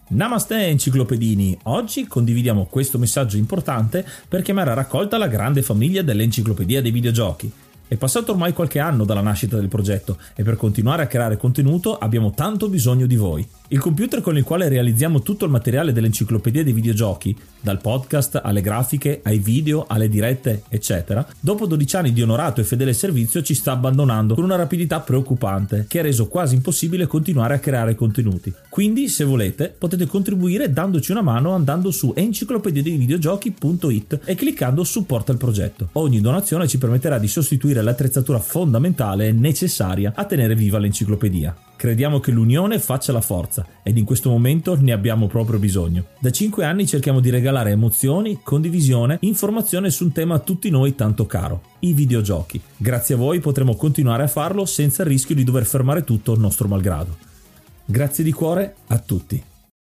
Namaste enciclopedini, oggi condividiamo questo messaggio importante per chiamare a raccolta la grande famiglia dell'Enciclopedia dei Videogiochi. È passato ormai qualche anno dalla nascita del progetto e per continuare a creare contenuto abbiamo tanto bisogno di voi. Il computer con il quale realizziamo tutto il materiale dell'Enciclopedia dei Videogiochi, dal podcast alle grafiche, ai video, alle dirette, eccetera, dopo 12 anni di onorato e fedele servizio ci sta abbandonando con una rapidità preoccupante che ha reso quasi impossibile continuare a creare contenuti. Quindi, se volete, potete contribuire dandoci una mano andando su enciclopediadeivideogiochi.it e cliccando supporta il progetto. Ogni donazione ci permetterà di sostituire l'attrezzatura fondamentale e necessaria a tenere viva l'enciclopedia. Crediamo che l'unione faccia la forza ed in questo momento ne abbiamo proprio bisogno. Da 5 anni cerchiamo di regalare emozioni, condivisione, informazione su un tema a tutti noi tanto caro, i videogiochi. Grazie a voi potremo continuare a farlo senza il rischio di dover fermare tutto nostro malgrado. Grazie di cuore a tutti.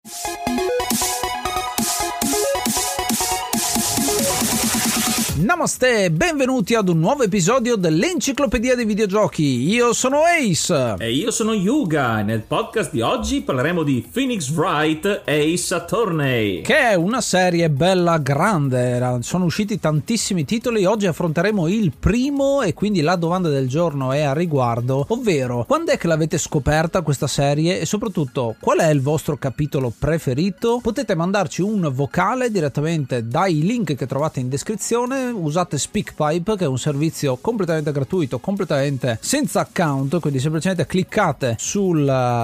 Namaste, benvenuti ad un nuovo episodio dell'Enciclopedia dei Videogiochi. Io sono Ace. E io sono Yuga e nel podcast di oggi parleremo di Phoenix Wright Ace Attorney, che è una serie bella grande, sono usciti tantissimi titoli. Oggi affronteremo il primo e quindi la domanda del giorno è a riguardo, ovvero quando è che l'avete scoperta questa serie e soprattutto qual è il vostro capitolo preferito? Potete mandarci un vocale direttamente dai link che trovate in descrizione. Usate SpeakPipe, che è un servizio completamente gratuito, completamente senza account, quindi semplicemente cliccate sul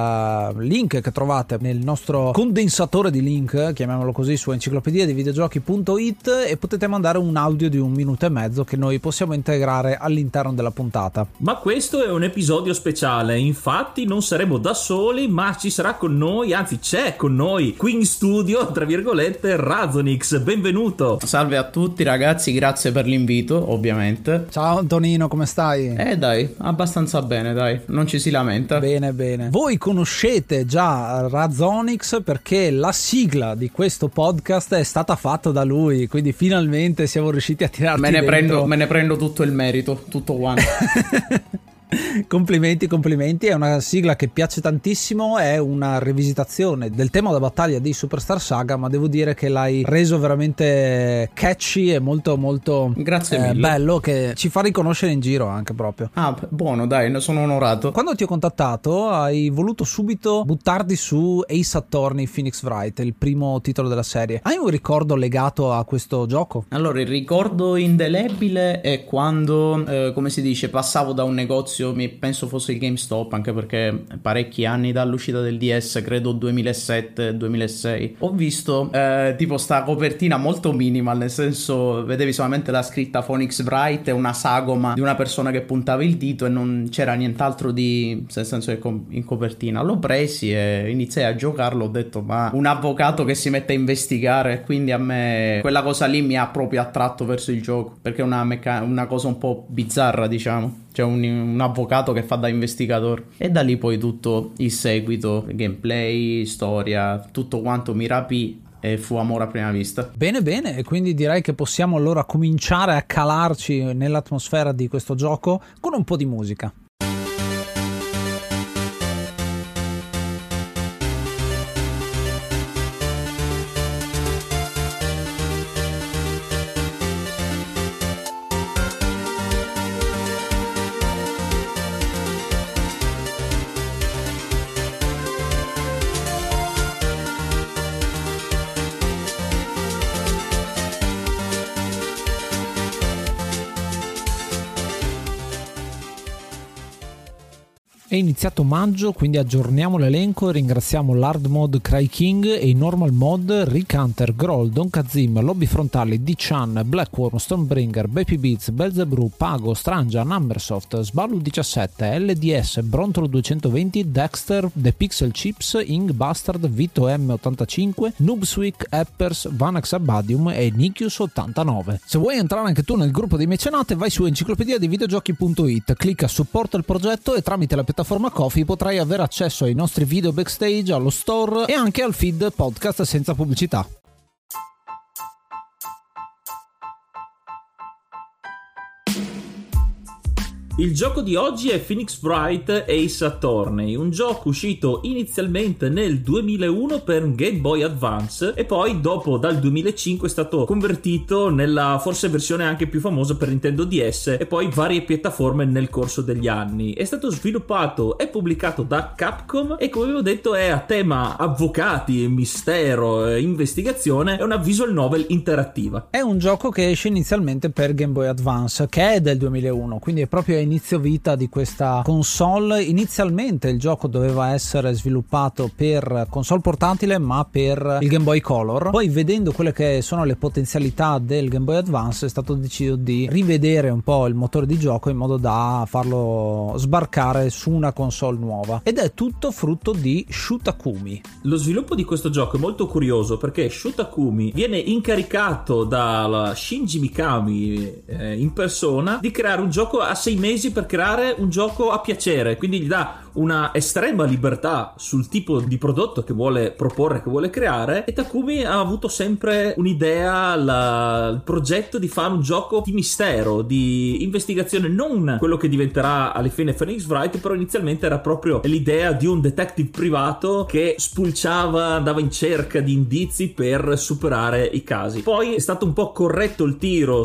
link che trovate nel nostro condensatore di link, chiamiamolo così, su enciclopediadeivideogiochi.it e potete mandare un audio di 1 minuto e mezzo che noi possiamo integrare all'interno della puntata. Ma questo è un episodio speciale, infatti non saremo da soli, ma ci sarà con noi, anzi c'è con noi qui in studio, tra virgolette, Razonix. Benvenuto. Salve a tutti ragazzi, grazie per l'invito, ovviamente. Ciao Antonino, come stai? Dai, abbastanza bene, dai, non ci si lamenta. Bene, bene. Voi conoscete già Razonix perché la sigla di questo podcast è stata fatta da lui, quindi finalmente siamo riusciti a tirarti dentro. Me ne prendo tutto il merito, tutto quanto. Complimenti, è una sigla che piace tantissimo, è una rivisitazione del tema della battaglia di Superstar Saga, ma devo dire che l'hai reso veramente catchy e molto molto grazie mille. Bello, che ci fa riconoscere in giro anche proprio. Buono, dai, ne sono onorato. Quando ti ho contattato hai voluto subito buttarti su Ace Attorney Phoenix Wright, il primo titolo della serie. Hai un ricordo legato a questo gioco? Allora, il ricordo indelebile è quando, come si dice, passavo da un negozio, penso fosse il GameStop, anche perché parecchi anni dall'uscita del DS, credo 2007-2006, ho visto tipo sta copertina molto minimal, nel senso vedevi solamente la scritta Phoenix Wright e una sagoma di una persona che puntava il dito e non c'era nient'altro di, nel senso che in copertina. L'ho presi e iniziai a giocarlo, ho detto ma un avvocato che si mette a investigare, quindi a me quella cosa lì mi ha proprio attratto verso il gioco, perché è una cosa un po' bizzarra, diciamo. C'è un avvocato che fa da investigatore e da lì poi tutto il seguito, gameplay, storia, tutto quanto mi rapì e fu amore a prima vista. Bene, e quindi direi che possiamo allora cominciare a calarci nell'atmosfera di questo gioco con un po' di musica. È iniziato maggio, quindi aggiorniamo l'elenco e ringraziamo l'Hard Mod Cry King e i Normal Mod Rick Hunter, Groll, Don Kazim, Lobby Frontali, D-Chan, Blackworm, Stonebringer, Baby Beats, Belzebrew, Pago, Strangia, Numbersoft, Sbalu 17, LDS, Brontolo 220, Dexter, The Pixel Chips, Ing Bastard, Vito M85, Noobswick, Eppers, Vanax Abadium e Nikius 89. Se vuoi entrare anche tu nel gruppo dei mecenate, vai su enciclopediadeivideogiochi.it, clicca supporta il progetto e tramite la piattaforma Ko-fi potrai avere accesso ai nostri video backstage, allo store e anche al feed podcast senza pubblicità. Il gioco di oggi è Phoenix Wright Ace Attorney, un gioco uscito inizialmente nel 2001 per Game Boy Advance e poi dopo dal 2005 è stato convertito nella forse versione anche più famosa per Nintendo DS e poi varie piattaforme nel corso degli anni. È stato sviluppato e pubblicato da Capcom e, come avevo detto, è a tema avvocati, mistero, investigazione. È una visual novel interattiva. È un gioco che esce inizialmente per Game Boy Advance, che è del 2001, quindi è proprio inizio vita di questa console. Inizialmente il gioco doveva essere sviluppato per console portatile, ma per il Game Boy Color. Poi, vedendo quelle che sono le potenzialità del Game Boy Advance, è stato deciso di rivedere un po' il motore di gioco in modo da farlo sbarcare su una console nuova, ed è tutto frutto di Shu Takumi. Lo sviluppo di questo gioco è molto curioso perché Shu Takumi viene incaricato da Shinji Mikami in persona di creare un gioco a 6 mesi per creare un gioco a piacere, quindi gli dà una estrema libertà sul tipo di prodotto che vuole proporre, che vuole creare. E Takumi ha avuto sempre un'idea, il progetto di fare un gioco di mistero, di investigazione, non quello che diventerà alla fine Phoenix Wright, però inizialmente era proprio l'idea di un detective privato che spulciava, andava in cerca di indizi per superare i casi. Poi è stato un po' corretto il tiro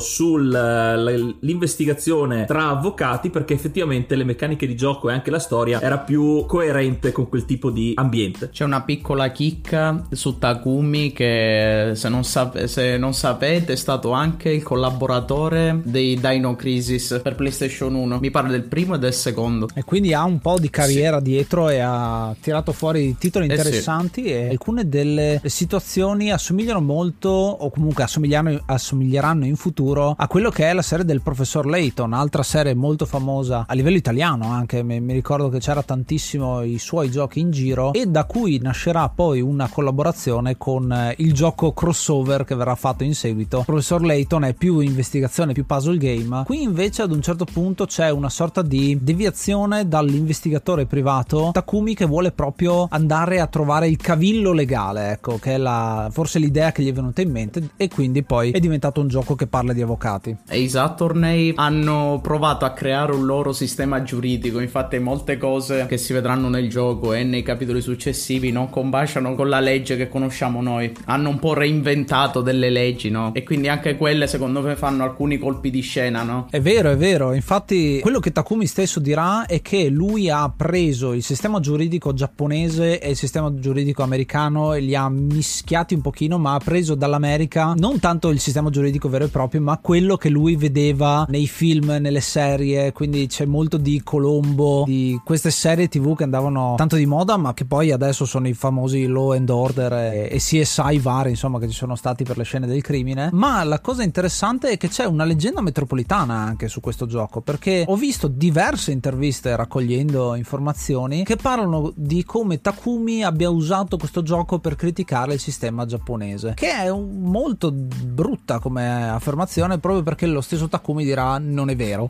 sull'investigazione tra avvocati, perché effettivamente le meccaniche di gioco e anche la storia era più coerente con quel tipo di ambiente. C'è una piccola chicca su Takumi che, se non sapete, è stato anche il collaboratore dei Dino Crisis per PlayStation 1, mi pare del primo e del secondo, e quindi ha un po' di carriera dietro e ha tirato fuori titoli interessanti. E alcune delle situazioni assomigliano molto, o comunque assomiglieranno in futuro a quello che è la serie del Professor Layton, altra serie molto famosa a livello italiano anche. Mi ricordo che c'era tantissimo i suoi giochi in giro, e da cui nascerà poi una collaborazione con il gioco crossover che verrà fatto in seguito. Professor Layton è più investigazione, più puzzle game. Qui invece ad un certo punto c'è una sorta di deviazione dall'investigatore privato Takumi, che vuole proprio andare a trovare il cavillo legale, ecco, che è forse l'idea che gli è venuta in mente, e quindi poi è diventato un gioco che parla di avvocati. Ace Attorney hanno provato a creare un loro sistema giuridico, infatti molte cose che si vedranno nel gioco e nei capitoli successivi non combaciano con la legge che conosciamo noi. Hanno un po' reinventato delle leggi, no? E quindi anche quelle secondo me fanno alcuni colpi di scena, no? È vero, infatti quello che Takumi stesso dirà è che lui ha preso il sistema giuridico giapponese e il sistema giuridico americano e li ha mischiati un pochino, ma ha preso dall'America non tanto il sistema giuridico vero e proprio, ma quello che lui vedeva nei film, nelle serie. Quindi c'è molto di Colombo, di queste serie TV che andavano tanto di moda, ma che poi adesso sono i famosi Law and Order e CSI vari, insomma, che ci sono stati per le scene del crimine. Ma la cosa interessante è che c'è una leggenda metropolitana anche su questo gioco, perché ho visto diverse interviste raccogliendo informazioni che parlano di come Takumi abbia usato questo gioco per criticare il sistema giapponese, che è molto brutta come affermazione, proprio perché lo stesso Takumi dirà non è vero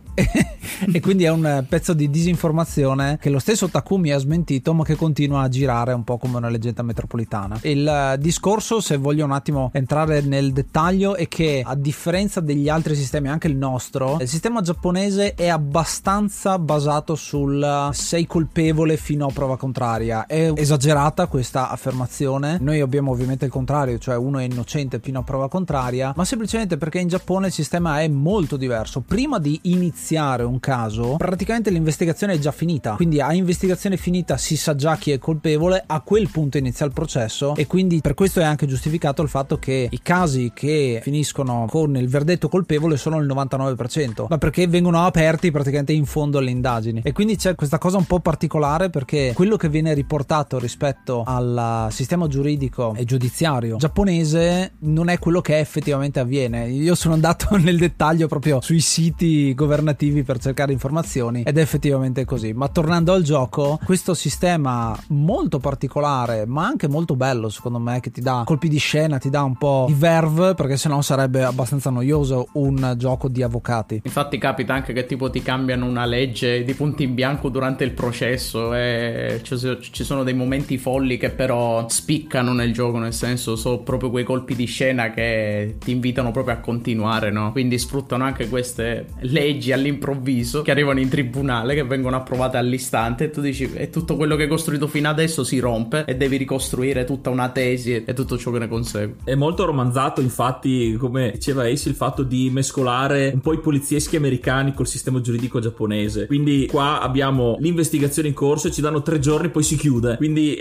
e quindi è un pezzo di disinformazione che lo stesso Takumi ha smentito, ma che continua a girare un po' come una leggenda metropolitana. Il discorso, se voglio un attimo entrare nel dettaglio, è che a differenza degli altri sistemi, anche il nostro, il sistema giapponese è abbastanza basato sul sei colpevole fino a prova contraria. È esagerata questa affermazione, noi abbiamo ovviamente il contrario, cioè uno è innocente fino a prova contraria, ma semplicemente perché in Giappone il sistema è molto diverso. Prima di iniziare un caso, praticamente l'investigazione è già finita, quindi a investigazione finita si sa già chi è colpevole, a quel punto inizia il processo, e quindi per questo è anche giustificato il fatto che i casi che finiscono con il verdetto colpevole sono il 99%, ma perché vengono aperti praticamente in fondo alle indagini. E quindi c'è questa cosa un po' particolare, perché quello che viene riportato rispetto al sistema giuridico e giudiziario giapponese non è quello che effettivamente avviene. Io sono andato nel dettaglio proprio sui siti governativi per cercare informazioni ed è effettivamente così. Ma tornando al gioco, questo sistema molto particolare ma anche molto bello secondo me, che ti dà colpi di scena, ti dà un po' di verve, perché sennò sarebbe abbastanza noioso un gioco di avvocati. Infatti capita anche che tipo ti cambiano una legge di punto in bianco durante il processo e ci sono dei momenti folli che però spiccano nel gioco, nel senso sono proprio quei colpi di scena che ti invitano proprio a continuare, no? Quindi sfruttano anche queste leggi all'improvviso all'improvviso, che arrivano in tribunale, che vengono approvate all'istante, e tu dici, e tutto quello che hai costruito fino adesso si rompe e devi ricostruire tutta una tesi e tutto ciò che ne consegue. È molto romanzato, infatti, come diceva Ace, il fatto di mescolare un po' i polizieschi americani col sistema giuridico giapponese. Quindi qua abbiamo l'investigazione in corso e ci danno 3 giorni, poi si chiude. Quindi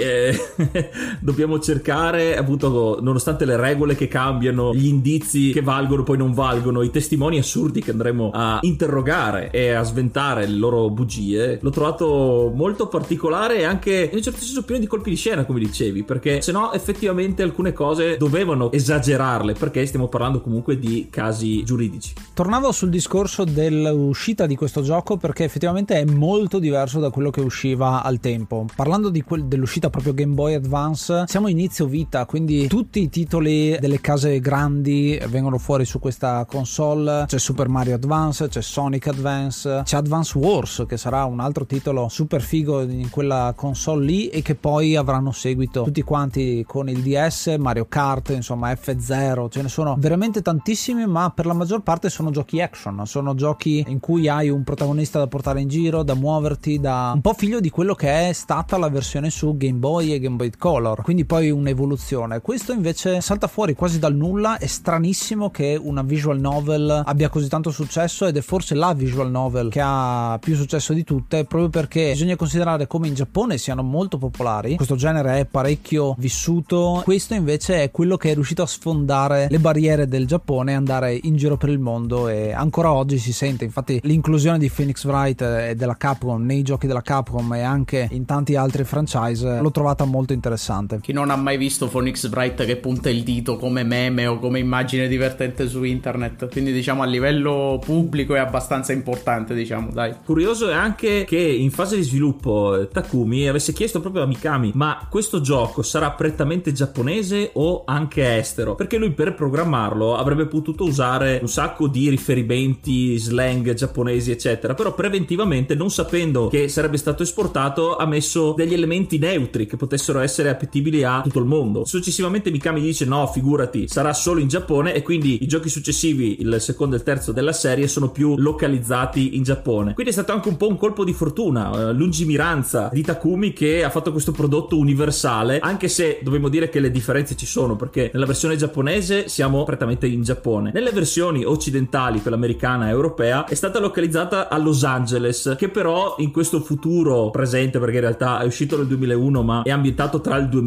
dobbiamo cercare, appunto, nonostante le regole che cambiano, gli indizi che valgono poi non valgono, i testimoni assurdi che andremo a interrogare e a sventare le loro bugie. L'ho trovato molto particolare e anche in un certo senso pieno di colpi di scena, come dicevi, perché se no effettivamente alcune cose dovevano esagerarle, perché stiamo parlando comunque di casi giuridici. Tornavo sul discorso dell'uscita di questo gioco, perché effettivamente è molto diverso da quello che usciva al tempo. Parlando dell'uscita proprio Game Boy Advance, siamo inizio vita, quindi tutti i titoli delle case grandi vengono fuori su questa console. C'è Super Mario Advance, c'è Sonic Advance, c'è Advance Wars, che sarà un altro titolo super figo in quella console lì, e che poi avranno seguito tutti quanti con il DS, Mario Kart, insomma F0, ce ne sono veramente tantissimi, ma per la maggior parte sono giochi action, sono giochi in cui hai un protagonista da portare in giro, da muoverti, da un po' figlio di quello che è stata la versione su Game Boy e Game Boy Color, quindi poi un'evoluzione. Questo invece salta fuori quasi dal nulla. È stranissimo che una visual novel abbia così tanto successo, ed è forse la visual novel che ha più successo di tutte, proprio perché bisogna considerare come in Giappone siano molto popolari, questo genere è parecchio vissuto. Questo invece è quello che è riuscito a sfondare le barriere del Giappone e andare in giro per il mondo, e ancora oggi si sente. Infatti l'inclusione di Phoenix Wright e della Capcom nei giochi della Capcom e anche in tanti altri franchise l'ho trovata molto interessante. Chi non ha mai visto Phoenix Wright che punta il dito come meme o come immagine divertente su internet, quindi diciamo a livello pubblico è abbastanza importante, diciamo, dai. Curioso è anche che in fase di sviluppo Takumi avesse chiesto proprio a Mikami: ma questo gioco sarà prettamente giapponese o anche estero? Perché lui per programmarlo avrebbe potuto usare un sacco di riferimenti, slang giapponesi eccetera, però preventivamente, non sapendo che sarebbe stato esportato, ha messo degli elementi neutri che potessero essere appetibili a tutto il mondo. Successivamente Mikami dice: no, figurati, sarà solo in Giappone, e quindi i giochi successivi, il secondo e il terzo della serie, sono più localizzati in Giappone. Quindi è stato anche un po' un colpo di fortuna, lungimiranza di Takumi, che ha fatto questo prodotto universale, anche se dobbiamo dire che le differenze ci sono, perché nella versione giapponese siamo prettamente in Giappone, nelle versioni occidentali, quella americana e europea, è stata localizzata a Los Angeles, che però in questo futuro presente, perché in realtà è uscito nel 2001 ma è ambientato tra il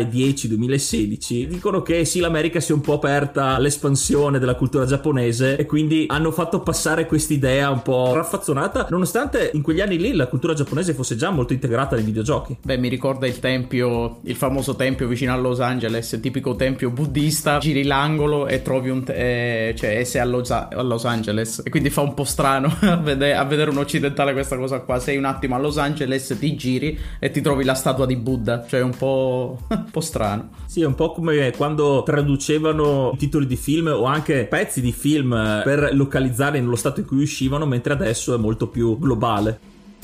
2010-2016, dicono che sì, l'America si è un po' aperta all'espansione della cultura giapponese, e quindi hanno fatto passare quest'idea un po' raffazzonata, nonostante in quegli anni lì la cultura giapponese fosse già molto integrata nei videogiochi. Beh, mi ricorda il tempio, il famoso tempio vicino a Los Angeles, tipico tempio buddista, giri l'angolo e trovi cioè sei a Los Angeles, e quindi fa un po' strano a vedere un occidentale questa cosa qua. Sei un attimo a Los Angeles, ti giri e ti trovi la statua di Buddha, cioè un po' strano. Sì, è un po' come quando traducevano titoli di film o anche pezzi di film per localizzarli nello stato in cui uscivano, mentre adesso è molto più globale.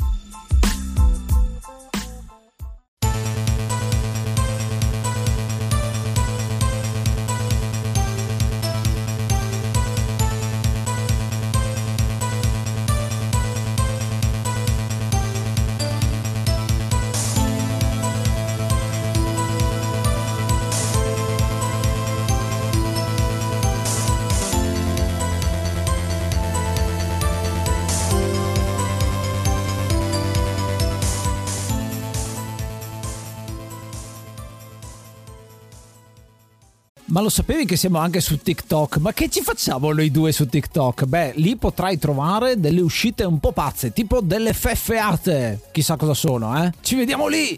Ma lo sapevi che siamo anche su TikTok? Ma che ci facciamo noi due su TikTok? Beh, lì potrai trovare delle uscite un po' pazze, tipo delle feffeate. Chissà cosa sono, eh? Ci vediamo lì!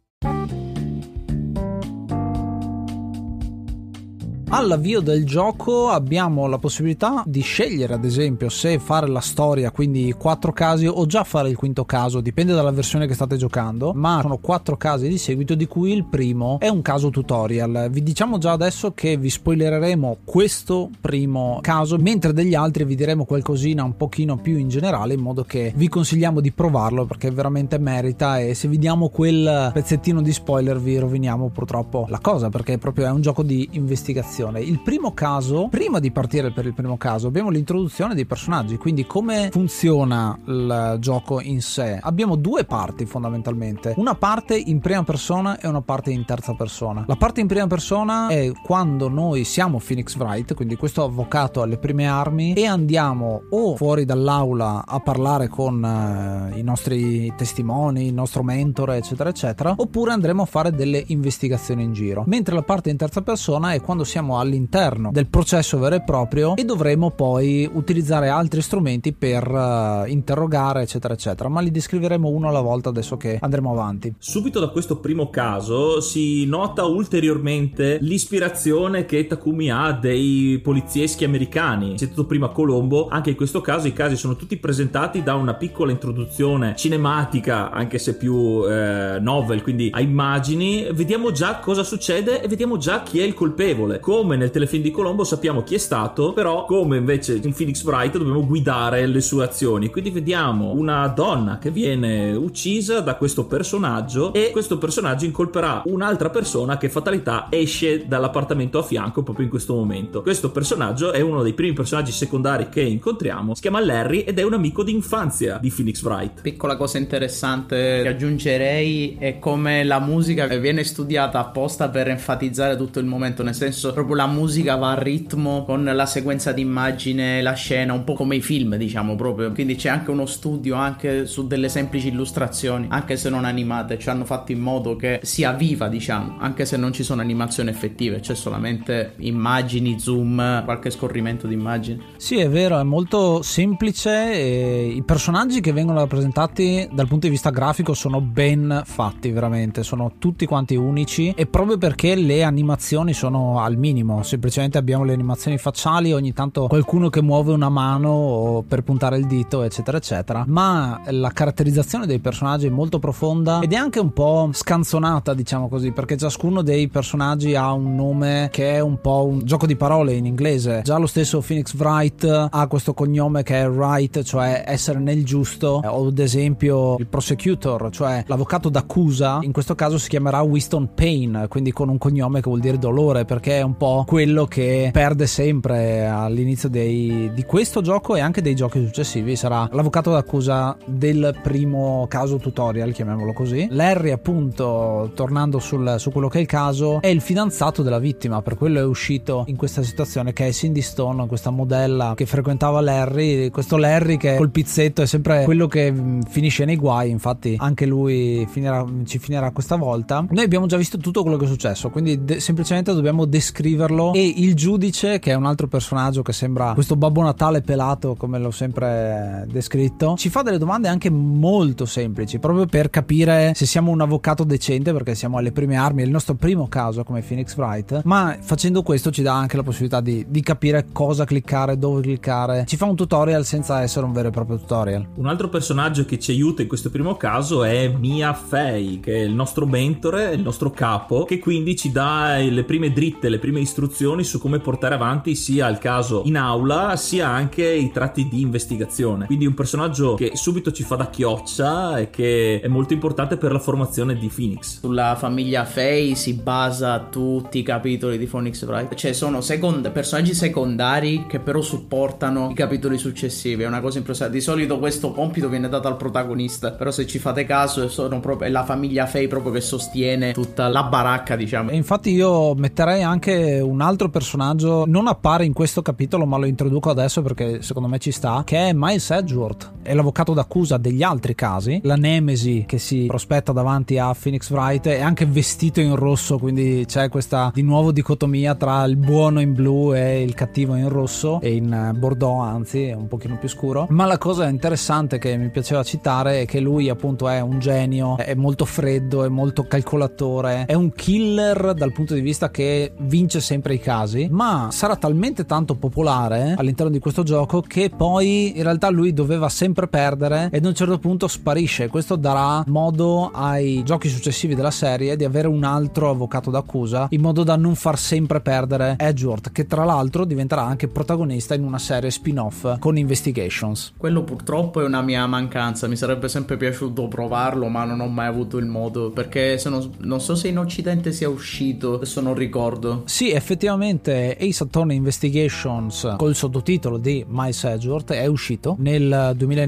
All'avvio del gioco abbiamo la possibilità di scegliere, ad esempio, se fare la storia, quindi 4 casi, o già fare il quinto caso, dipende dalla versione che state giocando, ma sono 4 casi di seguito, di cui il primo è un caso tutorial. Vi diciamo già adesso che vi spoilereremo questo primo caso, mentre degli altri vi diremo qualcosina un pochino più in generale, in modo che vi consigliamo di provarlo perché veramente merita, e se vi diamo quel pezzettino di spoiler vi roviniamo purtroppo la cosa, perché proprio è un gioco di investigazione. introduzione. Il primo caso, prima di partire per il primo caso, abbiamo l'introduzione dei personaggi, quindi come funziona il gioco in sé. Abbiamo due parti fondamentalmente, una parte in prima persona e una parte in terza persona. La parte in prima persona è quando noi siamo Phoenix Wright, quindi questo avvocato alle prime armi, e andiamo o fuori dall'aula a parlare con i nostri testimoni, il nostro mentore, eccetera eccetera, oppure andremo a fare delle investigazioni in giro. Mentre la parte in terza persona è quando siamo all'interno del processo vero e proprio e dovremo poi utilizzare altri strumenti per interrogare, eccetera eccetera, ma li descriveremo uno alla volta adesso che andremo avanti. Subito da questo primo caso si nota ulteriormente l'ispirazione che Takumi ha dei polizieschi americani. Citato prima Colombo, anche in questo caso i casi sono tutti presentati da una piccola introduzione cinematica, anche se più novel, quindi a immagini. Vediamo già cosa succede e vediamo già chi è il colpevole. Come nel telefilm di Colombo sappiamo chi è stato, però come invece in Phoenix Wright dobbiamo guidare le sue azioni. Quindi vediamo una donna che viene uccisa da questo personaggio e questo personaggio incolperà un'altra persona che fatalità esce dall'appartamento a fianco proprio in questo momento. Questo personaggio è uno dei primi personaggi secondari che incontriamo, si chiama Larry ed è un amico d'infanzia di Phoenix Wright. Piccola cosa interessante che aggiungerei è come la musica viene studiata apposta per enfatizzare tutto il momento, nel senso proprio la musica va a ritmo con la sequenza di immagine, la scena, un po' come i film, diciamo, proprio. Quindi c'è anche uno studio anche su delle semplici illustrazioni, anche se non animate, ci hanno fatto in modo che sia viva, diciamo, anche se non ci sono animazioni effettive, c'è solamente immagini, zoom, qualche scorrimento di immagini. Sì, è vero, è molto semplice e i personaggi che vengono rappresentati dal punto di vista grafico sono ben fatti, veramente, sono tutti quanti unici, e proprio perché le animazioni sono al minimo, semplicemente abbiamo le animazioni facciali, ogni tanto qualcuno che muove una mano per puntare il dito, eccetera eccetera, ma la caratterizzazione dei personaggi è molto profonda ed è anche un po' scanzonata, diciamo così, perché ciascuno dei personaggi ha un nome che è un po' un gioco di parole in inglese. Già lo stesso Phoenix Wright ha questo cognome che è Wright, cioè essere nel giusto, o ad esempio il prosecutor, cioè l'avvocato d'accusa, in questo caso si chiamerà Winston Payne, quindi con un cognome che vuol dire dolore, perché è un po' quello che perde sempre all'inizio di questo gioco e anche dei giochi successivi. Sarà l'avvocato d'accusa del primo caso tutorial, chiamiamolo così. Larry, appunto, tornando su quello che è il caso, è il fidanzato della vittima, per quello è uscito in questa situazione, che è Cindy Stone, questa modella che frequentava Larry. Questo Larry che col pizzetto è sempre quello che finisce nei guai, infatti anche lui ci finirà questa volta. Noi abbiamo già visto tutto quello che è successo, quindi semplicemente dobbiamo descriverlo, e il giudice, che è un altro personaggio che sembra questo Babbo Natale pelato, come l'ho sempre descritto, ci fa delle domande anche molto semplici, proprio per capire se siamo un avvocato decente, perché siamo alle prime armi, è il nostro primo caso come Phoenix Wright, ma facendo questo ci dà anche la possibilità di capire cosa cliccare, dove cliccare, ci fa un tutorial senza essere un vero e proprio tutorial. Un altro personaggio che ci aiuta in questo primo caso è Mia Fey, che è il nostro mentore, il nostro capo, che quindi ci dà le prime dritte, le prime istruzioni su come portare avanti sia il caso in aula sia anche i tratti di investigazione. Quindi un personaggio che subito ci fa da chioccia e che è molto importante per la formazione di Phoenix. Sulla famiglia Fey si basa tutti i capitoli di Phoenix Wright, cioè sono personaggi secondari che però supportano i capitoli successivi. È una cosa impressionante. Di solito questo compito viene dato al protagonista, però se ci fate caso è la famiglia Fey proprio che sostiene tutta la baracca, diciamo. E infatti io metterei anche un altro personaggio, non appare in questo capitolo ma lo introduco adesso perché secondo me ci sta, che è Miles Edgeworth, è l'avvocato d'accusa degli altri casi, la nemesi che si prospetta davanti a Phoenix Wright, è anche vestito in rosso, quindi c'è questa di nuovo dicotomia tra il buono in blu e il cattivo in rosso, e in bordeaux, anzi è un pochino più scuro. Ma la cosa interessante che mi piaceva citare è che lui appunto è un genio, è molto freddo, è molto calcolatore, è un killer dal punto di vista che vince sempre i casi, ma sarà talmente tanto popolare all'interno di questo gioco che poi in realtà lui doveva sempre perdere ed a un certo punto sparisce. Questo darà modo ai giochi successivi della serie di avere un altro avvocato d'accusa, in modo da non far sempre perdere Edgeworth, che tra l'altro diventerà anche protagonista in una serie spin-off con Investigations. Quello purtroppo è una mia mancanza, mi sarebbe sempre piaciuto provarlo ma non ho mai avuto il modo, perché non so se in occidente sia uscito, adesso non ricordo. Sì, Sì, effettivamente Ace Attorney Investigations col sottotitolo di Miles Edgeworth è uscito nel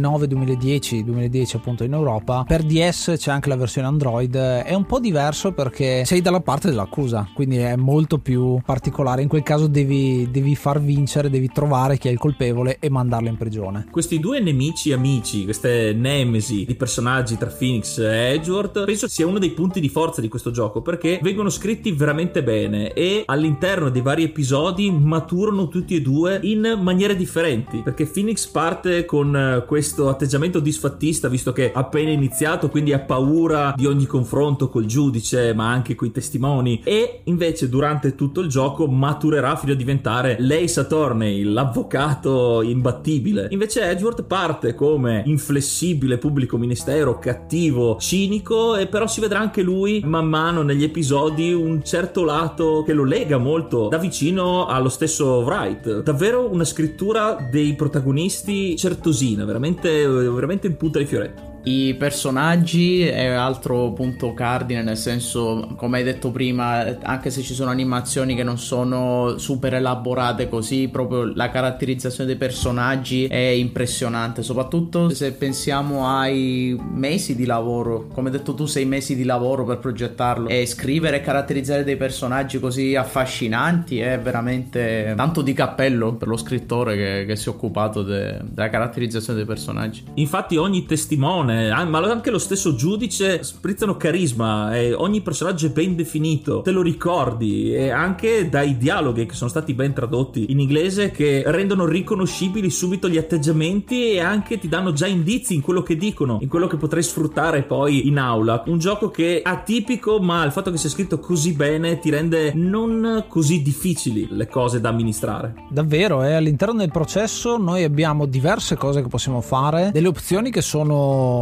2009-2010 appunto in Europa. Per DS c'è anche la versione Android, è un po' diverso perché sei dalla parte dell'accusa, quindi è molto più particolare. In quel caso devi far vincere, devi trovare chi è il colpevole e mandarlo in prigione. Questi due nemici amici, queste nemesi di personaggi tra Phoenix e Edgeworth, penso sia uno dei punti di forza di questo gioco, perché vengono scritti veramente bene e all'interno dei vari episodi maturano tutti e due in maniere differenti, perché Phoenix parte con questo atteggiamento disfattista visto che ha appena iniziato, quindi ha paura di ogni confronto col giudice ma anche coi testimoni, e invece durante tutto il gioco maturerà fino a diventare l'Ace Attorney, l'avvocato imbattibile. Invece Edgeworth parte come inflessibile pubblico ministero, cattivo, cinico, e però si vedrà anche lui man mano negli episodi un certo lato che lo lega molto da vicino allo stesso Wright. Davvero una scrittura dei protagonisti certosina, veramente in punta di fioretto. I personaggi è altro punto cardine, nel senso, come hai detto prima, anche se ci sono animazioni che non sono super elaborate così, proprio la caratterizzazione dei personaggi è impressionante, soprattutto se pensiamo ai mesi di lavoro, come hai detto tu, 6 mesi di lavoro per progettarlo, e scrivere e caratterizzare dei personaggi così affascinanti è veramente tanto di cappello per lo scrittore che si è occupato della caratterizzazione dei personaggi. Infatti ogni testimone, ma anche lo stesso giudice, sprizzano carisma, e ogni personaggio è ben definito, te lo ricordi, e anche dai dialoghi che sono stati ben tradotti in inglese, che rendono riconoscibili subito gli atteggiamenti e anche ti danno già indizi in quello che dicono, in quello che potrai sfruttare poi in aula. Un gioco che è atipico, ma il fatto che sia scritto così bene ti rende non così difficili le cose da amministrare. Davvero, all'interno del processo noi abbiamo diverse cose che possiamo fare, delle opzioni che sono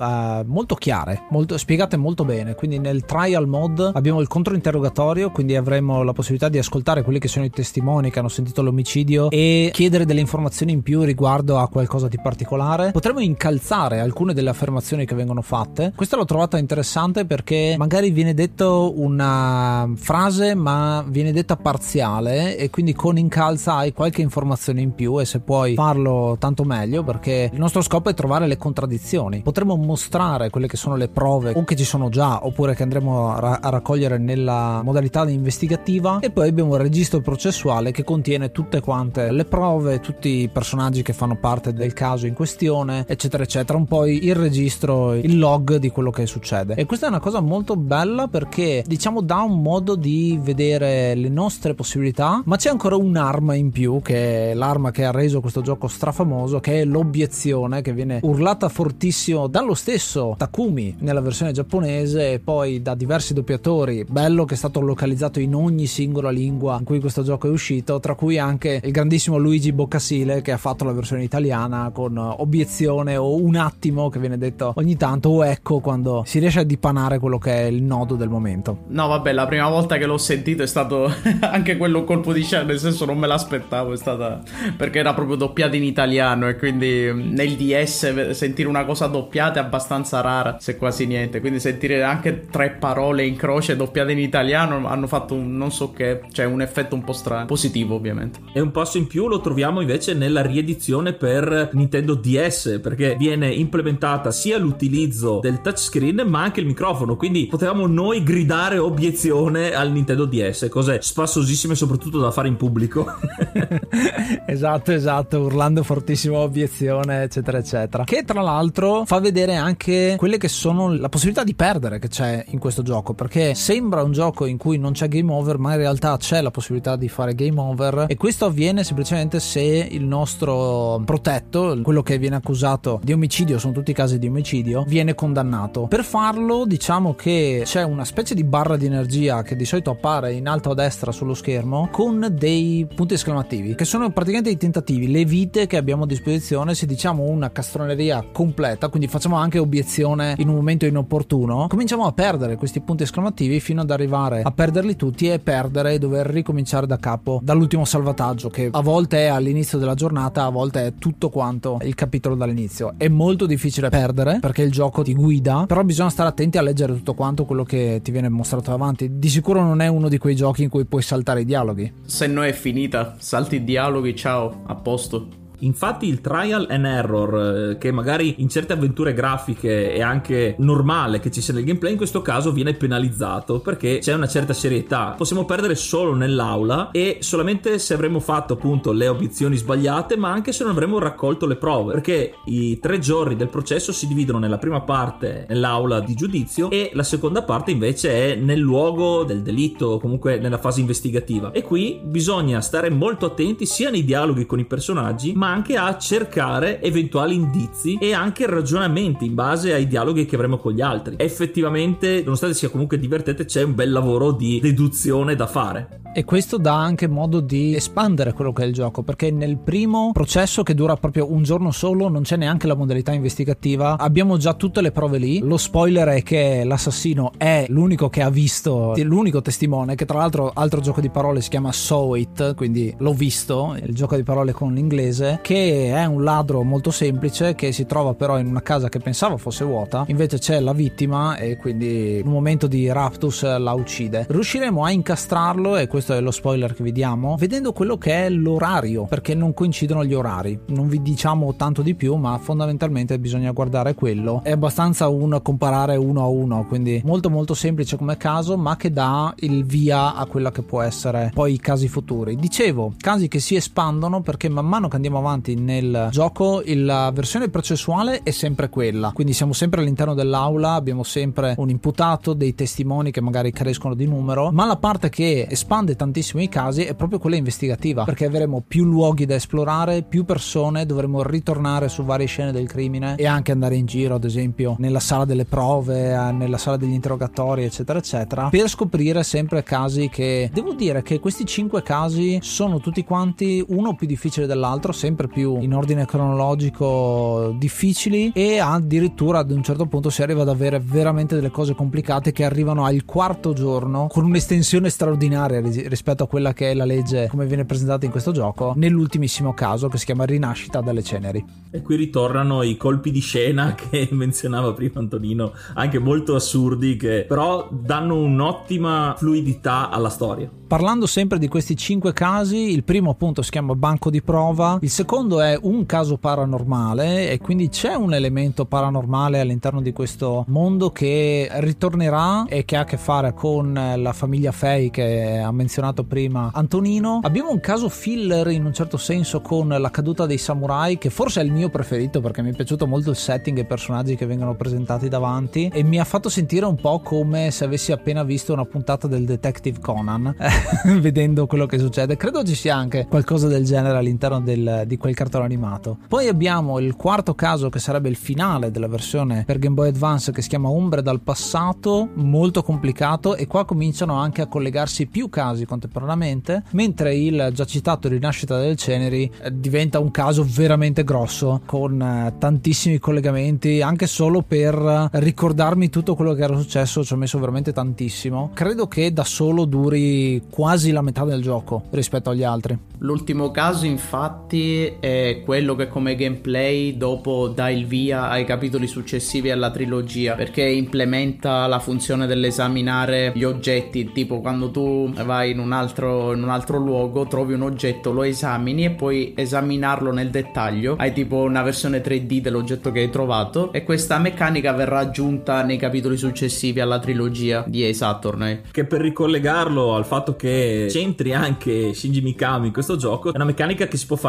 molto chiare, spiegate molto bene. Quindi nel trial mode abbiamo il controinterrogatorio, quindi avremo la possibilità di ascoltare quelli che sono i testimoni che hanno sentito l'omicidio e chiedere delle informazioni in più riguardo a qualcosa di particolare. Potremo incalzare alcune delle affermazioni che vengono fatte. Questa l'ho trovata interessante perché magari viene detto una frase ma viene detta parziale, e quindi con incalza hai qualche informazione in più, e se puoi farlo tanto meglio, perché il nostro scopo è trovare le contraddizioni. Potremmo mostrare quelle che sono le prove, o che ci sono già oppure che andremo a raccogliere nella modalità investigativa, e poi abbiamo il registro processuale che contiene tutte quante le prove, tutti i personaggi che fanno parte del caso in questione, eccetera eccetera, un po' il registro, il log di quello che succede. E questa è una cosa molto bella perché, diciamo, dà un modo di vedere le nostre possibilità, ma c'è ancora un'arma in più, che è l'arma che ha reso questo gioco strafamoso, che è l'obiezione, che viene urlata fortissimo dallo stesso Takumi nella versione giapponese e poi da diversi doppiatori. Bello che è stato localizzato in ogni singola lingua in cui questo gioco è uscito, tra cui anche il grandissimo Luigi Boccasile, che ha fatto la versione italiana con obiezione, o un attimo che viene detto ogni tanto, o ecco, quando si riesce a dipanare quello che è il nodo del momento. No vabbè, la prima volta che l'ho sentito è stato anche quello un colpo di scena, nel senso non me l'aspettavo, è stata perché era proprio doppiata in italiano, e quindi nel DS sentire una cosa doppiata è abbastanza rara, se quasi niente, quindi sentire anche 3 parole in croce doppiate in italiano hanno fatto un non so che, cioè un effetto un po' strano, positivo ovviamente. E un passo in più lo troviamo invece nella riedizione per Nintendo DS, perché viene implementata sia l'utilizzo del touchscreen ma anche il microfono, quindi potevamo noi gridare obiezione al Nintendo DS, cose spassosissime soprattutto da fare in pubblico. esatto, urlando fortissimo obiezione, eccetera eccetera, che tra l'altro fa vedere anche quelle che sono la possibilità di perdere che c'è in questo gioco, perché sembra un gioco in cui non c'è game over, ma in realtà c'è la possibilità di fare game over, e questo avviene semplicemente se il nostro protetto, quello che viene accusato di omicidio, sono tutti casi di omicidio, viene condannato. Per farlo, diciamo che c'è una specie di barra di energia che di solito appare in alto a destra sullo schermo con dei punti esclamativi esclamativi, che sono praticamente i tentativi, le vite che abbiamo a disposizione se diciamo una castroneria completa, quindi facciamo anche obiezione in un momento inopportuno, cominciamo a perdere questi punti esclamativi fino ad arrivare a perderli tutti e perdere e dover ricominciare da capo dall'ultimo salvataggio, che a volte è all'inizio della giornata, a volte è tutto quanto il capitolo dall'inizio. È molto difficile perdere perché il gioco ti guida, però bisogna stare attenti a leggere tutto quanto quello che ti viene mostrato davanti. Di sicuro non è uno di quei giochi in cui puoi saltare i dialoghi. Se no è finita, salti i dialoghi, ciao, a posto. Infatti il trial and error, che magari in certe avventure grafiche è anche normale che ci sia nel gameplay, in questo caso viene penalizzato perché c'è una certa serietà. Possiamo perdere solo nell'aula e solamente se avremmo fatto appunto le obiezioni sbagliate, ma anche se non avremmo raccolto le prove, perché i 3 giorni del processo si dividono nella prima parte nell'aula di giudizio e la seconda parte invece è nel luogo del delitto o comunque nella fase investigativa, e qui bisogna stare molto attenti sia nei dialoghi con i personaggi ma anche a cercare eventuali indizi e anche ragionamenti in base ai dialoghi che avremo con gli altri. Effettivamente, nonostante sia comunque divertente, c'è un bel lavoro di deduzione da fare. E questo dà anche modo di espandere quello che è il gioco, perché nel primo processo, che dura proprio un giorno solo, non c'è neanche la modalità investigativa, abbiamo già tutte le prove lì. Lo spoiler è che l'assassino è l'unico che ha visto, l'unico testimone, che tra l'altro altro gioco di parole si chiama Saw It, quindi l'ho visto, il gioco di parole con l'inglese, che è un ladro molto semplice che si trova però in una casa che pensava fosse vuota, invece c'è la vittima e quindi in un momento di raptus la uccide. Riusciremo a incastrarlo, e questo è lo spoiler che vi diamo, vedendo quello che è l'orario, perché non coincidono gli orari. Non vi diciamo tanto di più, ma fondamentalmente bisogna guardare quello. È abbastanza un comparare 1 a 1, quindi molto molto semplice come caso, ma che dà il via a quella che può essere poi i casi futuri. Dicevo, casi che si espandono perché man mano che andiamo avanti nel gioco la versione processuale è sempre quella, quindi siamo sempre all'interno dell'aula, abbiamo sempre un imputato, dei testimoni che magari crescono di numero, ma la parte che espande tantissimo i casi è proprio quella investigativa, perché avremo più luoghi da esplorare, più persone, dovremo ritornare su varie scene del crimine e anche andare in giro, ad esempio nella sala delle prove, nella sala degli interrogatori, eccetera eccetera, per scoprire sempre casi che, devo dire che questi 5 casi sono tutti quanti uno più difficile dell'altro, sempre più in ordine cronologico difficili, e addirittura ad un certo punto si arriva ad avere veramente delle cose complicate che arrivano al 4º giorno con un'estensione straordinaria rispetto a quella che è la legge come viene presentata in questo gioco, nell'ultimissimo caso che si chiama Rinascita dalle ceneri. E qui ritornano i colpi di scena che menzionava prima Antonino, anche molto assurdi, che però danno un'ottima fluidità alla storia. Parlando sempre di questi 5 casi, il primo appunto si chiama banco di prova, il secondo è un caso paranormale, e quindi c'è un elemento paranormale all'interno di questo mondo che ritornerà e che ha a che fare con la famiglia Fey che ha menzionato prima Antonino. Abbiamo un caso filler in un certo senso con la caduta dei samurai, che forse è il mio preferito perché mi è piaciuto molto il setting e i personaggi che vengono presentati davanti, e mi ha fatto sentire un po' come se avessi appena visto una puntata del Detective Conan vedendo quello che succede. Credo ci sia anche qualcosa del genere all'interno di quel cartone animato. Poi abbiamo il quarto caso, che sarebbe il finale della versione per Game Boy Advance, che si chiama Ombre dal passato, molto complicato, e qua cominciano anche a collegarsi più casi contemporaneamente, mentre il già citato Rinascita delle ceneri diventa un caso veramente grosso con tantissimi collegamenti. Anche solo per ricordarmi tutto quello che era successo ci ho messo veramente tantissimo. Credo che da solo duri quasi la metà del gioco rispetto agli altri. L'ultimo caso infatti è quello che come gameplay dopo dà il via ai capitoli successivi alla trilogia, perché implementa la funzione dell'esaminare gli oggetti, tipo quando tu vai in un altro luogo, trovi un oggetto, lo esamini e puoi esaminarlo nel dettaglio, hai tipo una versione 3D dell'oggetto che hai trovato, e questa meccanica verrà aggiunta nei capitoli successivi alla trilogia di Ace Attorney. Che per ricollegarlo al fatto che c'entri anche Shinji Mikami in questo gioco, è una meccanica che si può fare anche per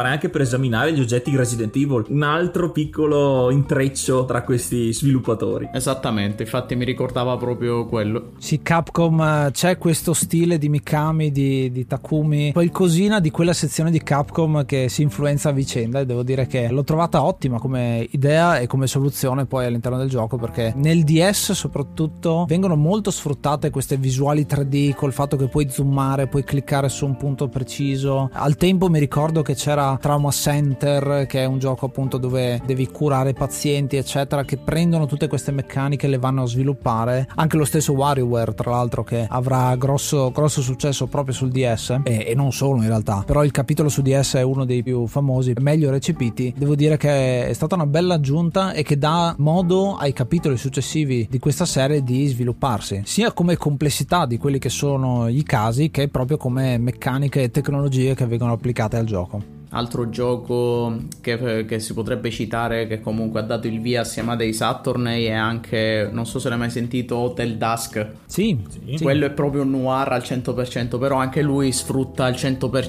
esaminare gli oggetti di Resident Evil, un altro piccolo intreccio tra questi sviluppatori. Esattamente, infatti mi ricordava proprio quello. Sì, Capcom, c'è questo stile di Mikami, di Takumi, qualcosina di quella sezione di Capcom che si influenza a vicenda, e devo dire che l'ho trovata ottima come idea e come soluzione poi all'interno del gioco, perché nel DS soprattutto vengono molto sfruttate queste visuali 3D col fatto che puoi zoomare, puoi cliccare su un punto preciso. Al tempo mi ricordo che c'era Trauma Center, che è un gioco appunto dove devi curare pazienti eccetera, che prendono tutte queste meccaniche e le vanno a sviluppare. Anche lo stesso WarioWare, tra l'altro, che avrà grosso successo proprio sul DS e non solo in realtà, però il capitolo su DS è uno dei più famosi, meglio recepiti. Devo dire che è stata una bella aggiunta e che dà modo ai capitoli successivi di questa serie di svilupparsi, sia come complessità di quelli che sono i casi, che proprio come meccaniche e tecnologie che vengono applicate al gioco. Altro gioco che si potrebbe citare, che comunque ha dato il via assieme a dei Saturday, è anche, non so se l'hai mai sentito, Hotel Dusk. Sì. Quello è proprio un noir al 100%, però anche lui sfrutta al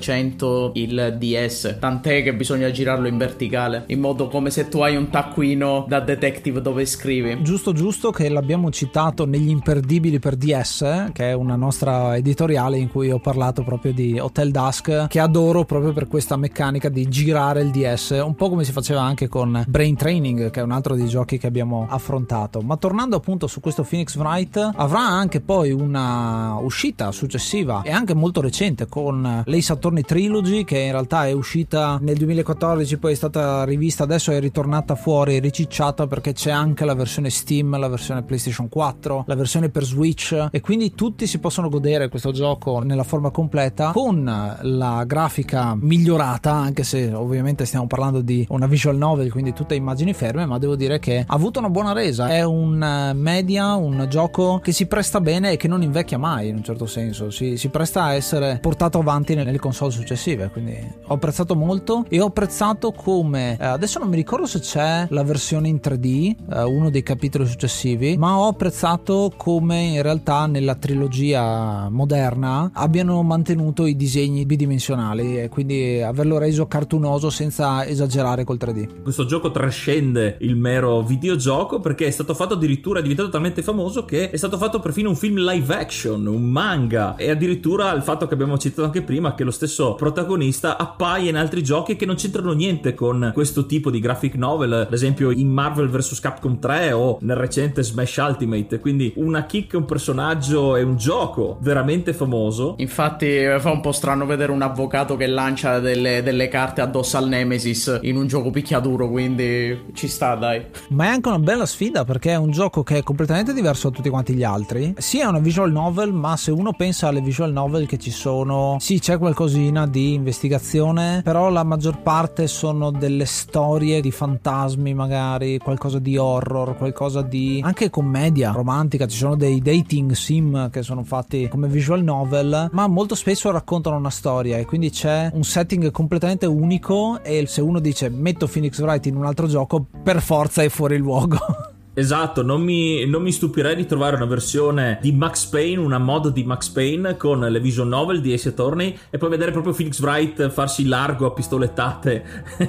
100% il DS, tant'è che bisogna girarlo in verticale, in modo come se tu hai un taccuino da detective dove scrivi. Giusto che l'abbiamo citato negli imperdibili per DS, che è una nostra editoriale in cui ho parlato proprio di Hotel Dusk, che adoro proprio per questa meccanica di girare il DS, un po' come si faceva anche con Brain Training, che è un altro dei giochi che abbiamo affrontato. Ma tornando appunto su questo Phoenix Wright, avrà anche poi una uscita successiva e anche molto recente con l'Ace Attorney Trilogy, che in realtà è uscita nel 2014, poi è stata rivista, adesso è ritornata fuori ricicciata perché c'è anche la versione Steam, la versione PlayStation 4, la versione per Switch, e quindi tutti si possono godere questo gioco nella forma completa con la grafica migliorata, anche se ovviamente stiamo parlando di una visual novel, quindi tutte immagini ferme, ma devo dire che ha avuto una buona resa. È un media, un gioco che si presta bene e che non invecchia mai, in un certo senso si presta a essere portato avanti nelle console successive, quindi ho apprezzato molto. E ho apprezzato come adesso non mi ricordo se c'è la versione in 3D, uno dei capitoli successivi, ma ho apprezzato come in realtà nella trilogia moderna abbiano mantenuto i disegni bidimensionali e quindi averlo reso cartunoso senza esagerare col 3D. Questo gioco trascende il mero videogioco perché è stato fatto addirittura, è diventato talmente famoso che è stato fatto perfino un film live action, un manga, e addirittura il fatto che abbiamo citato anche prima, che lo stesso protagonista appaia in altri giochi che non c'entrano niente con questo tipo di graphic novel, ad esempio in Marvel vs Capcom 3 o nel recente Smash Ultimate. Quindi una kick, un personaggio e un gioco veramente famoso. Infatti fa un po' strano vedere un avvocato che lancia delle carte addosso al Nemesis in un gioco picchiaduro, quindi ci sta, dai. Ma è anche una bella sfida perché è un gioco che è completamente diverso da tutti quanti gli altri. Sì, è una visual novel, ma se uno pensa alle visual novel che ci sono, sì, c'è qualcosina di investigazione, però la maggior parte sono delle storie di fantasmi, magari qualcosa di horror, qualcosa di anche commedia romantica. Ci sono dei dating sim che sono fatti come visual novel, ma molto spesso raccontano una storia e quindi c'è un setting completamente unico, e se uno dice metto Phoenix Wright in un altro gioco, per forza è fuori luogo. Esatto, non mi stupirei di trovare una versione di Max Payne, una mod di Max Payne con le visual novel di Ace Attorney, e poi vedere proprio Phoenix Wright farsi largo a pistolettate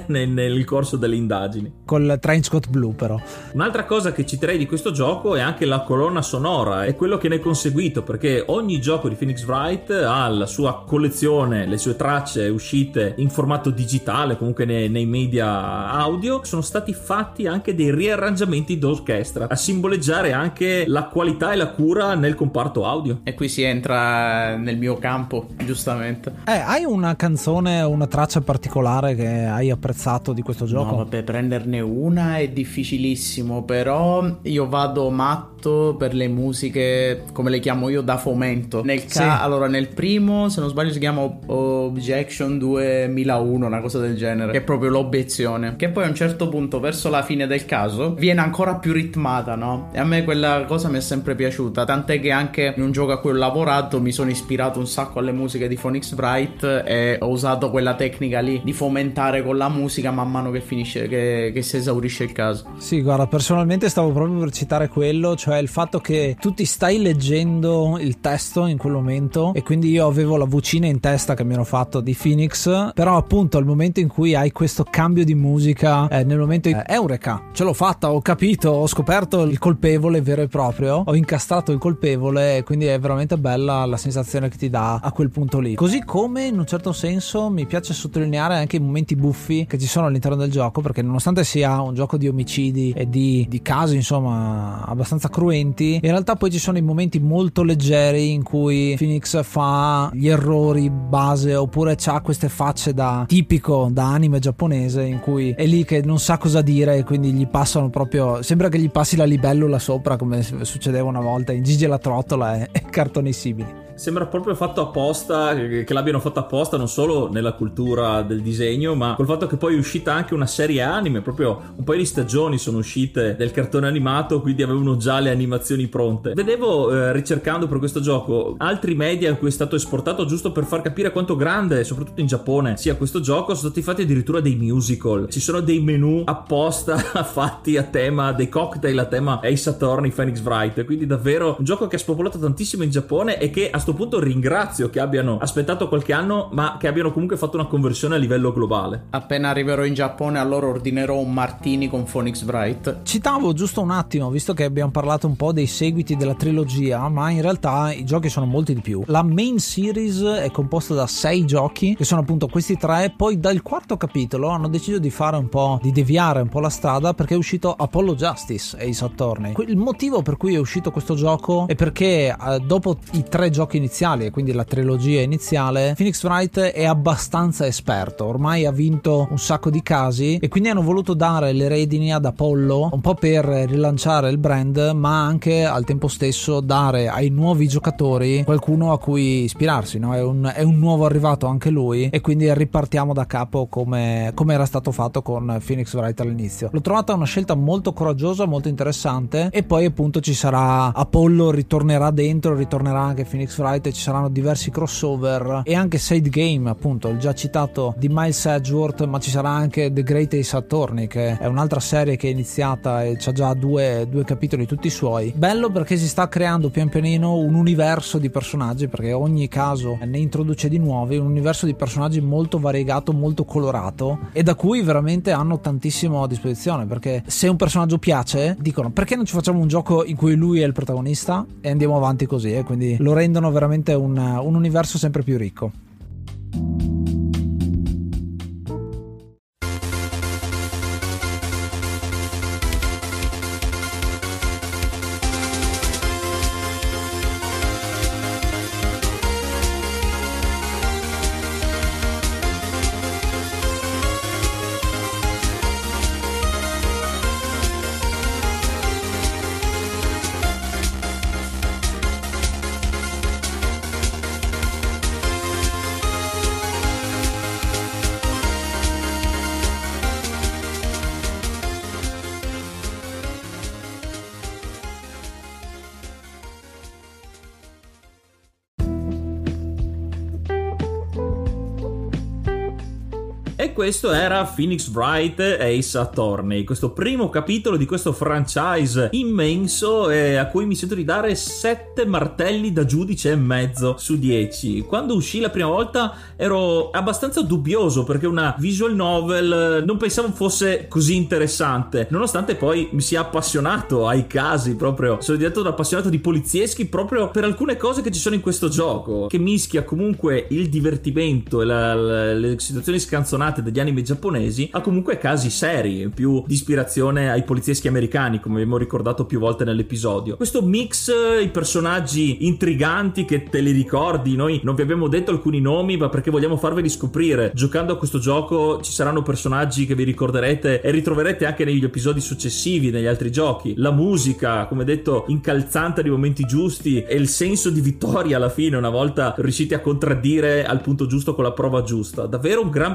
nel corso delle indagini. Col trenchcoat blu, però. Un'altra cosa che citerei di questo gioco è anche la colonna sonora e quello che ne è conseguito, perché ogni gioco di Phoenix Wright ha la sua collezione, le sue tracce uscite in formato digitale, comunque nei media audio. Sono stati fatti anche dei riarrangiamenti d'orchestra a simboleggiare anche la qualità e la cura nel comparto audio. E qui si entra nel mio campo, giustamente. Hai una canzone, una traccia particolare che hai apprezzato di questo gioco? No, vabbè, prenderne una è difficilissimo, però io vado matto per le musiche, come le chiamo io, da fomento. Allora, nel primo, se non sbaglio, si chiama Objection 2001, una cosa del genere, che è proprio l'obiezione, che poi a un certo punto, verso la fine del caso, viene ancora più ritmato ritmata, no? E a me quella cosa mi è sempre piaciuta, tant'è che anche in un gioco a cui ho lavorato mi sono ispirato un sacco alle musiche di Phoenix Wright e ho usato quella tecnica lì di fomentare con la musica man mano che finisce, che si esaurisce il caso. Sì, guarda, personalmente stavo proprio per citare quello, cioè il fatto che tu ti stai leggendo il testo in quel momento e quindi io avevo la vocina in testa che mi ero fatto di Phoenix, però appunto al momento in cui hai questo cambio di musica, nel momento eureka, ce l'ho fatta, ho capito, ho scoperto il colpevole vero e proprio, ho incastrato il colpevole e quindi è veramente bella la sensazione che ti dà a quel punto lì. Così come in un certo senso mi piace sottolineare anche i momenti buffi che ci sono all'interno del gioco, perché nonostante sia un gioco di omicidi e di casi insomma abbastanza cruenti, in realtà poi ci sono i momenti molto leggeri in cui Phoenix fa gli errori base oppure c'ha queste facce da tipico da anime giapponese in cui è lì che non sa cosa dire e quindi gli passano proprio, sembra che gli passi la libellula sopra come succedeva una volta in Gigi la trottola e cartoni simili. Sembra proprio fatto apposta, che l'abbiano fatto apposta non solo nella cultura del disegno, ma col fatto che poi è uscita anche una serie anime, proprio un paio di stagioni sono uscite del cartone animato, quindi avevano già le animazioni pronte. Vedevo, ricercando per questo gioco, altri media in cui è stato esportato, giusto per far capire quanto grande, soprattutto in Giappone, sia questo gioco, sono stati fatti addirittura dei musical. Ci sono dei menu apposta fatti a tema, dei cocktail a tema Ace Attorney, Phoenix Wright, quindi davvero un gioco che ha spopolato tantissimo in Giappone e che a punto ringrazio che abbiano aspettato qualche anno ma che abbiano comunque fatto una conversione a livello globale. Appena arriverò in Giappone allora ordinerò un martini con Phoenix Wright. Citavo giusto un attimo, visto che abbiamo parlato un po' dei seguiti della trilogia, ma in realtà i giochi sono molti di più. La main series è composta da 6 giochi che sono appunto questi 3, poi dal quarto capitolo hanno deciso di fare un po', di deviare un po' la strada perché è uscito Apollo Justice Ace Attorney. Il motivo per cui è uscito questo gioco è perché dopo i 3 giochi iniziali e quindi la trilogia iniziale, Phoenix Wright è abbastanza esperto, ormai ha vinto un sacco di casi e quindi hanno voluto dare le redini ad Apollo un po' per rilanciare il brand, ma anche al tempo stesso dare ai nuovi giocatori qualcuno a cui ispirarsi, no? È un nuovo arrivato anche lui e quindi ripartiamo da capo come era stato fatto con Phoenix Wright all'inizio. L'ho trovata una scelta molto coraggiosa, molto interessante e poi appunto ci sarà Apollo, ritornerà anche Phoenix Wright e ci saranno diversi crossover e anche side game, appunto il già citato di Miles Edgeworth, ma ci sarà anche The Great Ace Attorney che è un'altra serie che è iniziata e c'ha già due capitoli tutti suoi. Bello perché si sta creando pian pianino un universo di personaggi, perché ogni caso ne introduce di nuovi, un universo di personaggi molto variegato, molto colorato e da cui veramente hanno tantissimo a disposizione, perché se un personaggio piace dicono perché non ci facciamo un gioco in cui lui è il protagonista e andiamo avanti così, e quindi lo rendono veramente un universo sempre più ricco. E questo era Phoenix Wright Ace Attorney, questo primo capitolo di questo franchise immenso a cui mi sento di dare 7 martelli da giudice e mezzo su 10. Quando uscì la prima volta ero abbastanza dubbioso perché una visual novel non pensavo fosse così interessante, nonostante poi mi sia appassionato ai casi, proprio sono diventato un appassionato di polizieschi proprio per alcune cose che ci sono in questo gioco, che mischia comunque il divertimento e le situazioni scanzonate degli anime giapponesi a comunque casi seri, più di ispirazione ai polizieschi americani, come abbiamo ricordato più volte nell'episodio. Questo mix, i personaggi intriganti che te li ricordi, noi non vi abbiamo detto alcuni nomi ma perché vogliamo farveli scoprire. Giocando a questo gioco ci saranno personaggi che vi ricorderete e ritroverete anche negli episodi successivi, negli altri giochi. La musica, come detto, incalzante nei momenti giusti e il senso di vittoria alla fine una volta riusciti a contraddire al punto giusto con la prova giusta. Davvero un gran bel gioco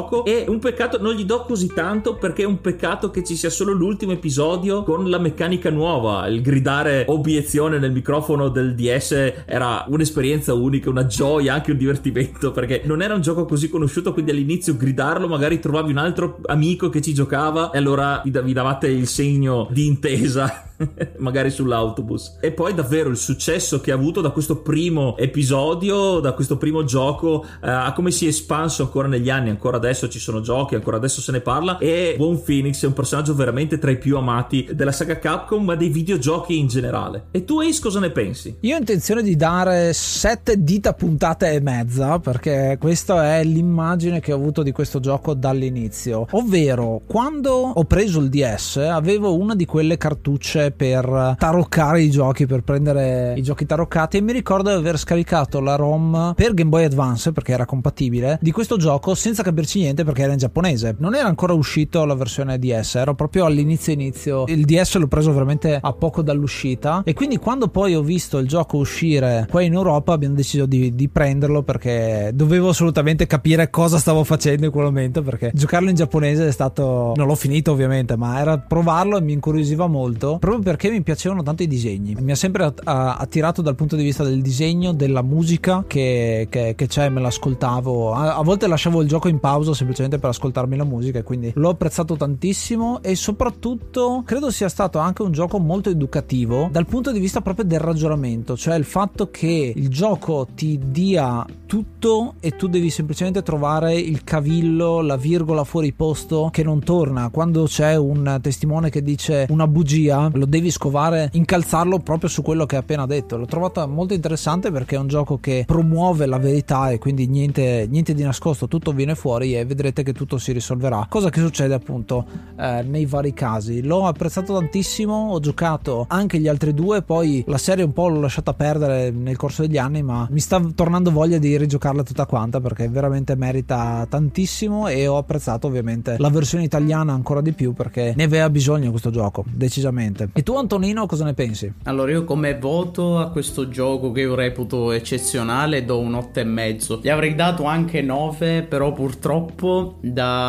gioco, e un peccato, non gli do così tanto perché è un peccato che ci sia solo l'ultimo episodio con la meccanica nuova. Il gridare obiezione nel microfono del DS era un'esperienza unica, una gioia, anche un divertimento, perché non era un gioco così conosciuto, quindi all'inizio gridarlo, magari trovavi un altro amico che ci giocava e allora vi davate il segno di intesa magari sull'autobus. E poi davvero il successo che ha avuto da questo primo episodio, da questo primo gioco, a come si è espanso ancora negli anni. Ancora adesso ci sono giochi, ancora adesso se ne parla, e Buon Phoenix è un personaggio veramente tra i più amati della saga Capcom, ma dei videogiochi in generale. E tu, Ace, cosa ne pensi? Io ho intenzione di dare 7 dita puntate e mezza, perché questa è l'immagine che ho avuto di questo gioco dall'inizio. Ovvero, quando ho preso il DS avevo una di quelle cartucce per taroccare i giochi, per prendere i giochi taroccati, e mi ricordo di aver scaricato la ROM per Game Boy Advance, perché era compatibile, di questo gioco senza capirci niente perché era in giapponese. Non era ancora uscito la versione DS, ero proprio all'inizio. Il DS l'ho preso veramente a poco dall'uscita, e quindi quando poi ho visto il gioco uscire qua in Europa abbiamo deciso di prenderlo, perché dovevo assolutamente capire cosa stavo facendo in quel momento, perché giocarlo in giapponese è stato, non l'ho finito ovviamente, ma era provarlo e mi incuriosiva molto, proprio perché mi piacevano tanto i disegni. Mi ha sempre attirato dal punto di vista del disegno, della musica che c'è, me l'ascoltavo, a volte lasciavo il gioco in pausa semplicemente per ascoltarmi la musica, e quindi l'ho apprezzato tantissimo. E soprattutto credo sia stato anche un gioco molto educativo dal punto di vista proprio del ragionamento, cioè il fatto che il gioco ti dia tutto e tu devi semplicemente trovare il cavillo, la virgola fuori posto che non torna. Quando c'è un testimone che dice una bugia, lo devi scovare, incalzarlo proprio su quello che hai appena detto. L'ho trovata molto interessante perché è un gioco che promuove la verità, e quindi niente di nascosto, tutto viene fuori e vedrete che tutto si risolverà, cosa che succede appunto nei vari casi. L'ho apprezzato tantissimo, ho giocato anche gli altri due, poi la serie un po' l'ho lasciata perdere nel corso degli anni, ma mi sta tornando voglia di rigiocarla tutta quanta perché veramente merita tantissimo, e ho apprezzato ovviamente la versione italiana ancora di più perché ne aveva bisogno questo gioco, decisamente. E tu, Antonino, cosa ne pensi? Allora, io come voto a questo gioco, che io reputo eccezionale, do un 8,5. Gli avrei dato anche 9, però purtroppo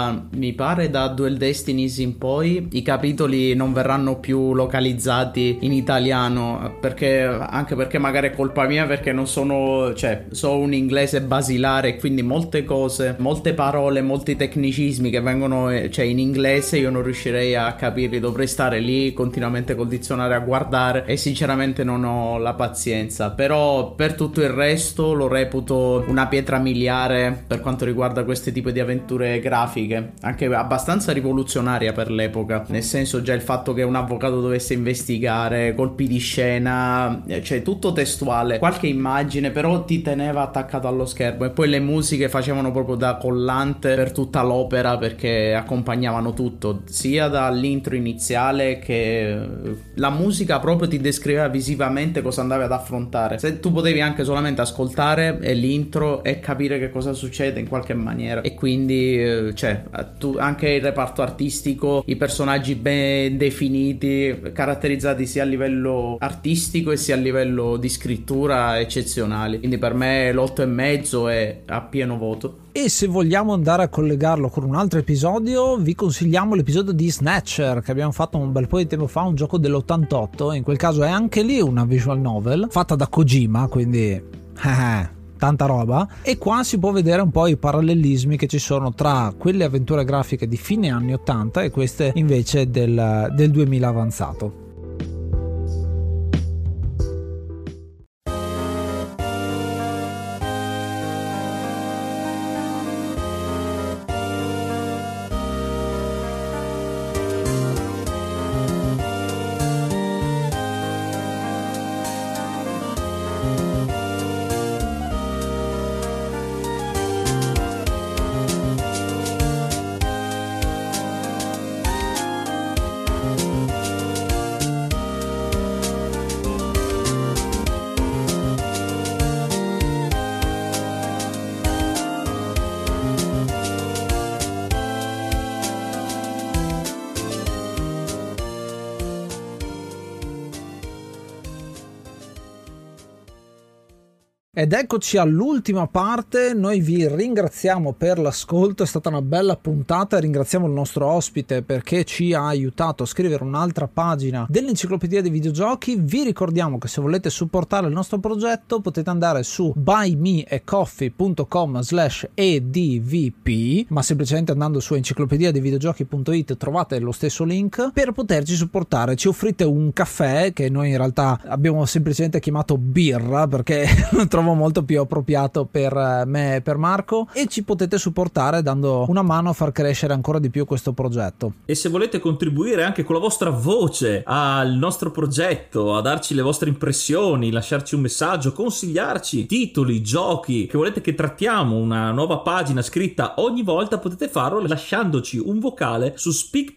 mi pare da Dual Destinies in poi i capitoli non verranno più localizzati in italiano, anche perché magari è colpa mia, perché non sono, cioè, so un inglese basilare, quindi molte cose, molte parole, molti tecnicismi che vengono, cioè, in inglese io non riuscirei a capirli, dovrei stare lì continuamente col dizionario a guardare, e sinceramente non ho la pazienza. Però per tutto il resto lo reputo una pietra miliare per quanto riguarda questi tipi di avventure grafiche, anche abbastanza rivoluzionaria per l'epoca, nel senso, già il fatto che un avvocato dovesse investigare, colpi di scena, cioè tutto testuale, qualche immagine però ti teneva attaccato allo schermo, e poi le musiche facevano proprio da collante per tutta l'opera perché accompagnavano tutto, sia dall'intro iniziale che la musica proprio ti descriveva visivamente cosa andavi ad affrontare. Se tu potevi anche solamente ascoltare l'intro e capire che cosa succede in qualche maniera, e quindi cioè anche il reparto artistico, i personaggi ben definiti, caratterizzati sia a livello artistico e sia a livello di scrittura eccezionali. Quindi per me l'8,5 è a pieno voto. E se vogliamo andare a collegarlo con un altro episodio, vi consigliamo l'episodio di Snatcher che abbiamo fatto un bel po' di tempo fa, un gioco dell'88. In quel caso è anche lì una visual novel fatta da Kojima, quindi tanta roba. E qua si può vedere un po' i parallelismi che ci sono tra quelle avventure grafiche di fine anni 80 e queste invece del 2000 avanzato. Ed eccoci all'ultima parte, noi vi ringraziamo per l'ascolto, è stata una bella puntata, ringraziamo il nostro ospite perché ci ha aiutato a scrivere un'altra pagina dell'enciclopedia dei videogiochi. Vi ricordiamo che se volete supportare il nostro progetto potete andare su buymeacoffee.com/edvp, ma semplicemente andando su enciclopediadeivideogiochi.it trovate lo stesso link per poterci supportare. Ci offrite un caffè che noi in realtà abbiamo semplicemente chiamato birra perché lo trovo molto più appropriato per me e per Marco, e ci potete supportare dando una mano a far crescere ancora di più questo progetto. E se volete contribuire anche con la vostra voce al nostro progetto, a darci le vostre impressioni, lasciarci un messaggio, consigliarci titoli, giochi che volete che trattiamo, una nuova pagina scritta ogni volta, potete farlo lasciandoci un vocale su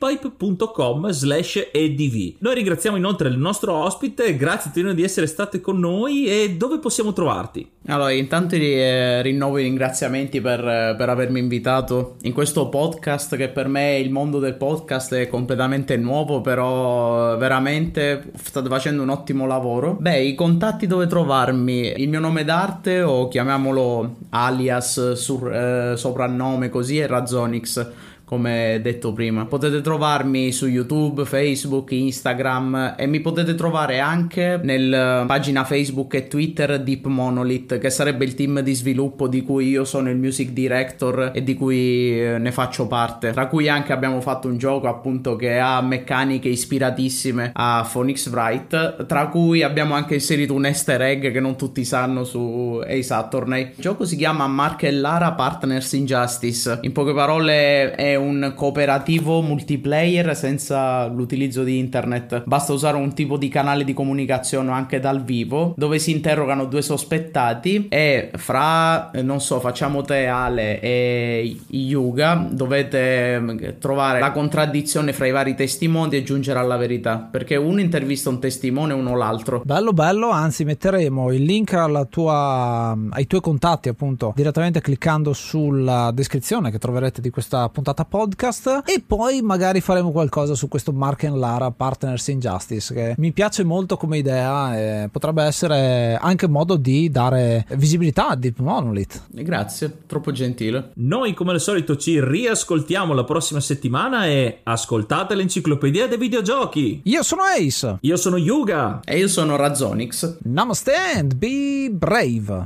speakpipe.com/edv. Noi ringraziamo inoltre il nostro ospite, grazie Tonino di essere stato con noi. E dove possiamo trovarti? Allora, intanto rinnovo i ringraziamenti per avermi invitato in questo podcast, che per me il mondo del podcast è completamente nuovo, però veramente state facendo un ottimo lavoro. Beh, i contatti dove trovarmi: il mio nome d'arte, o chiamiamolo alias, soprannome così, è Razonix, come detto prima. Potete trovarmi su YouTube, Facebook, Instagram, e mi potete trovare anche nella pagina Facebook e Twitter Deep Monolith, che sarebbe il team di sviluppo di cui io sono il music director e di cui ne faccio parte, tra cui anche abbiamo fatto un gioco appunto che ha meccaniche ispiratissime a Phoenix Wright, tra cui abbiamo anche inserito un easter egg che non tutti sanno su Ace Attorney. Il gioco si chiama Mark e Lara Partners in Justice. In poche parole è un cooperativo multiplayer senza l'utilizzo di internet. Basta usare un tipo di canale di comunicazione anche dal vivo, dove si interrogano due sospettati, e fra, non so, facciamo te, Ale, e Yuga, dovete trovare la contraddizione fra i vari testimoni e giungere alla verità, perché uno intervista un testimone e uno l'altro. Bello, anzi metteremo il link ai tuoi contatti appunto direttamente cliccando sulla descrizione che troverete di questa puntata podcast, e poi magari faremo qualcosa su questo Mark and Lara Partners in Justice, che mi piace molto come idea e potrebbe essere anche un modo di dare visibilità a Deep Monolith. Grazie, troppo gentile. Noi come al solito ci riascoltiamo la prossima settimana, e ascoltate l'enciclopedia dei videogiochi. Io sono Ace, io sono Yuga, e io sono Razonix. Namaste and be brave.